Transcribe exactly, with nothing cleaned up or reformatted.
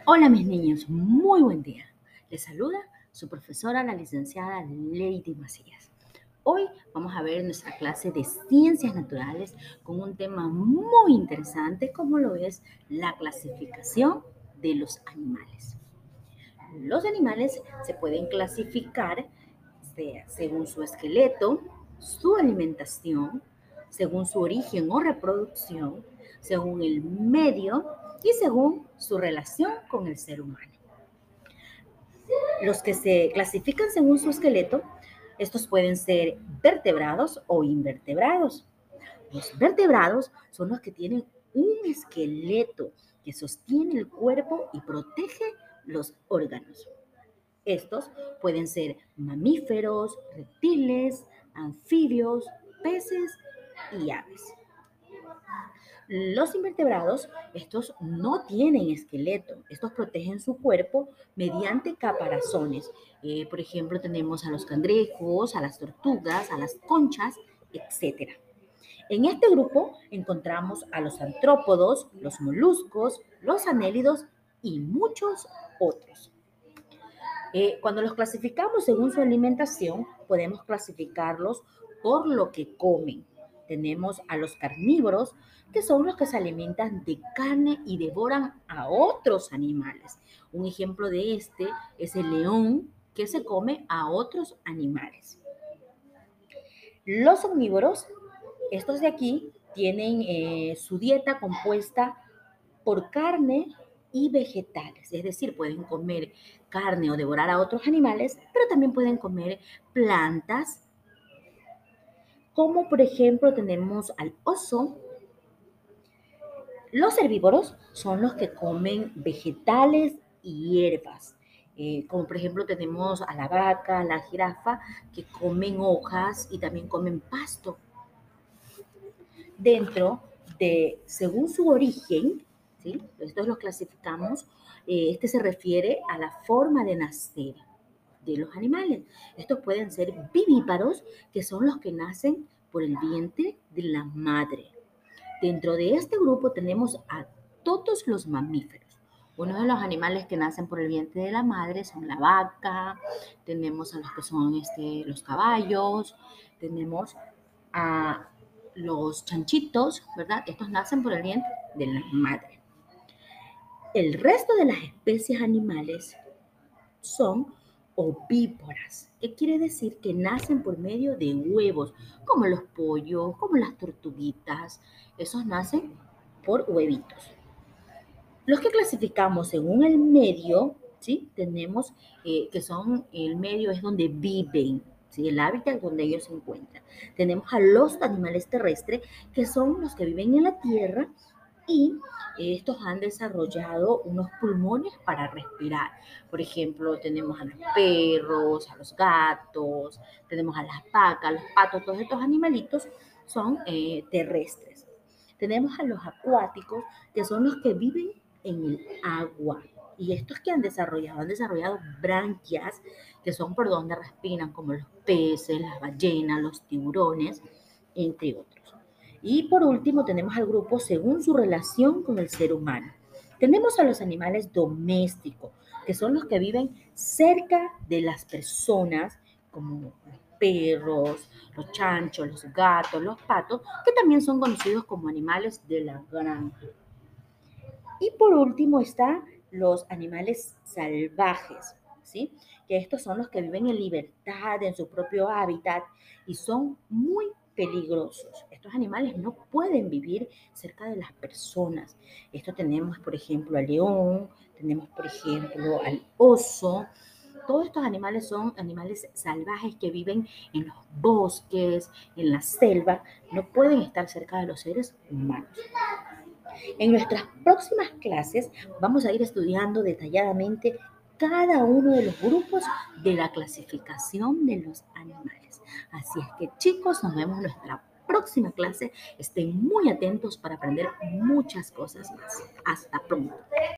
Hola mis niños, muy buen día. Les saluda su profesora, la licenciada Lady Macías. Hoy vamos a ver nuestra clase de ciencias naturales con un tema muy interesante como lo es la clasificación de los animales. Los animales se pueden clasificar sea, según su esqueleto, su alimentación, según su origen o reproducción, según el medio y según su relación con el ser humano. Los que se clasifican según su esqueleto, estos pueden ser vertebrados o invertebrados. Los vertebrados son los que tienen un esqueleto que sostiene el cuerpo y protege los órganos. Estos pueden ser mamíferos, reptiles, anfibios, peces y aves. Los invertebrados, estos no tienen esqueleto, estos protegen su cuerpo mediante caparazones. Eh, por ejemplo, tenemos a los cangrejos, a las tortugas, a las conchas, etcétera. En este grupo encontramos a los artrópodos, los moluscos, los anélidos y muchos otros. Eh, cuando los clasificamos según su alimentación, podemos clasificarlos por lo que comen. Tenemos a los carnívoros, que son los que se alimentan de carne y devoran a otros animales. Un ejemplo de este es el león, que se come a otros animales. Los omnívoros, estos de aquí, tienen eh, su dieta compuesta por carne y vegetales, es decir, pueden comer carne o devorar a otros animales, pero también pueden comer plantas, como por ejemplo tenemos al oso. Los herbívoros son los que comen vegetales y hierbas, eh, como por ejemplo tenemos a la vaca, la jirafa, que comen hojas y también comen pasto. Dentro de, según su origen, ¿sí? Estos los clasificamos, eh, este se refiere a la forma de nacer de los animales. Estos pueden ser vivíparos, que son los que nacen por el vientre de la madre. Dentro de este grupo tenemos a todos los mamíferos. Uno de los animales que nacen por el vientre de la madre son la vaca, tenemos a los que son este, los caballos, tenemos a los chanchitos, ¿verdad? Estos nacen por el vientre de la madre. El resto de las especies animales son ovíparas. ¿Qué quiere decir? Que nacen por medio de huevos, como los pollos, como las tortuguitas. Esos nacen por huevitos. Los que clasificamos según el medio, ¿sí? Tenemos eh, que son, el medio es donde viven, ¿sí? El hábitat donde ellos se encuentran. Tenemos a los animales terrestres, que son los que viven en la tierra y estos han desarrollado unos pulmones para respirar. Por ejemplo, tenemos a los perros, a los gatos, tenemos a las vacas, los patos, todos estos animalitos son eh, terrestres. Tenemos a los acuáticos, que son los que viven en el agua. Y estos que han desarrollado, han desarrollado branquias, que son por donde respiran, como los peces, las ballenas, los tiburones, entre otros. Y por último tenemos al grupo según su relación con el ser humano. Tenemos a los animales domésticos, que son los que viven cerca de las personas, como los perros, los chanchos, los gatos, los patos, que también son conocidos como animales de la granja. Y por último están los animales salvajes, ¿sí? Que estos son los que viven en libertad, en su propio hábitat y son muy peligrosos. Estos animales no pueden vivir cerca de las personas. Esto tenemos, por ejemplo, al león, tenemos, por ejemplo, al oso. Todos estos animales son animales salvajes que viven en los bosques, en la selva, no pueden estar cerca de los seres humanos. En nuestras próximas clases vamos a ir estudiando detalladamente cada uno de los grupos de la clasificación de los animales. Así es que chicos, nos vemos en nuestra próxima clase. Estén muy atentos para aprender muchas cosas más. Hasta pronto.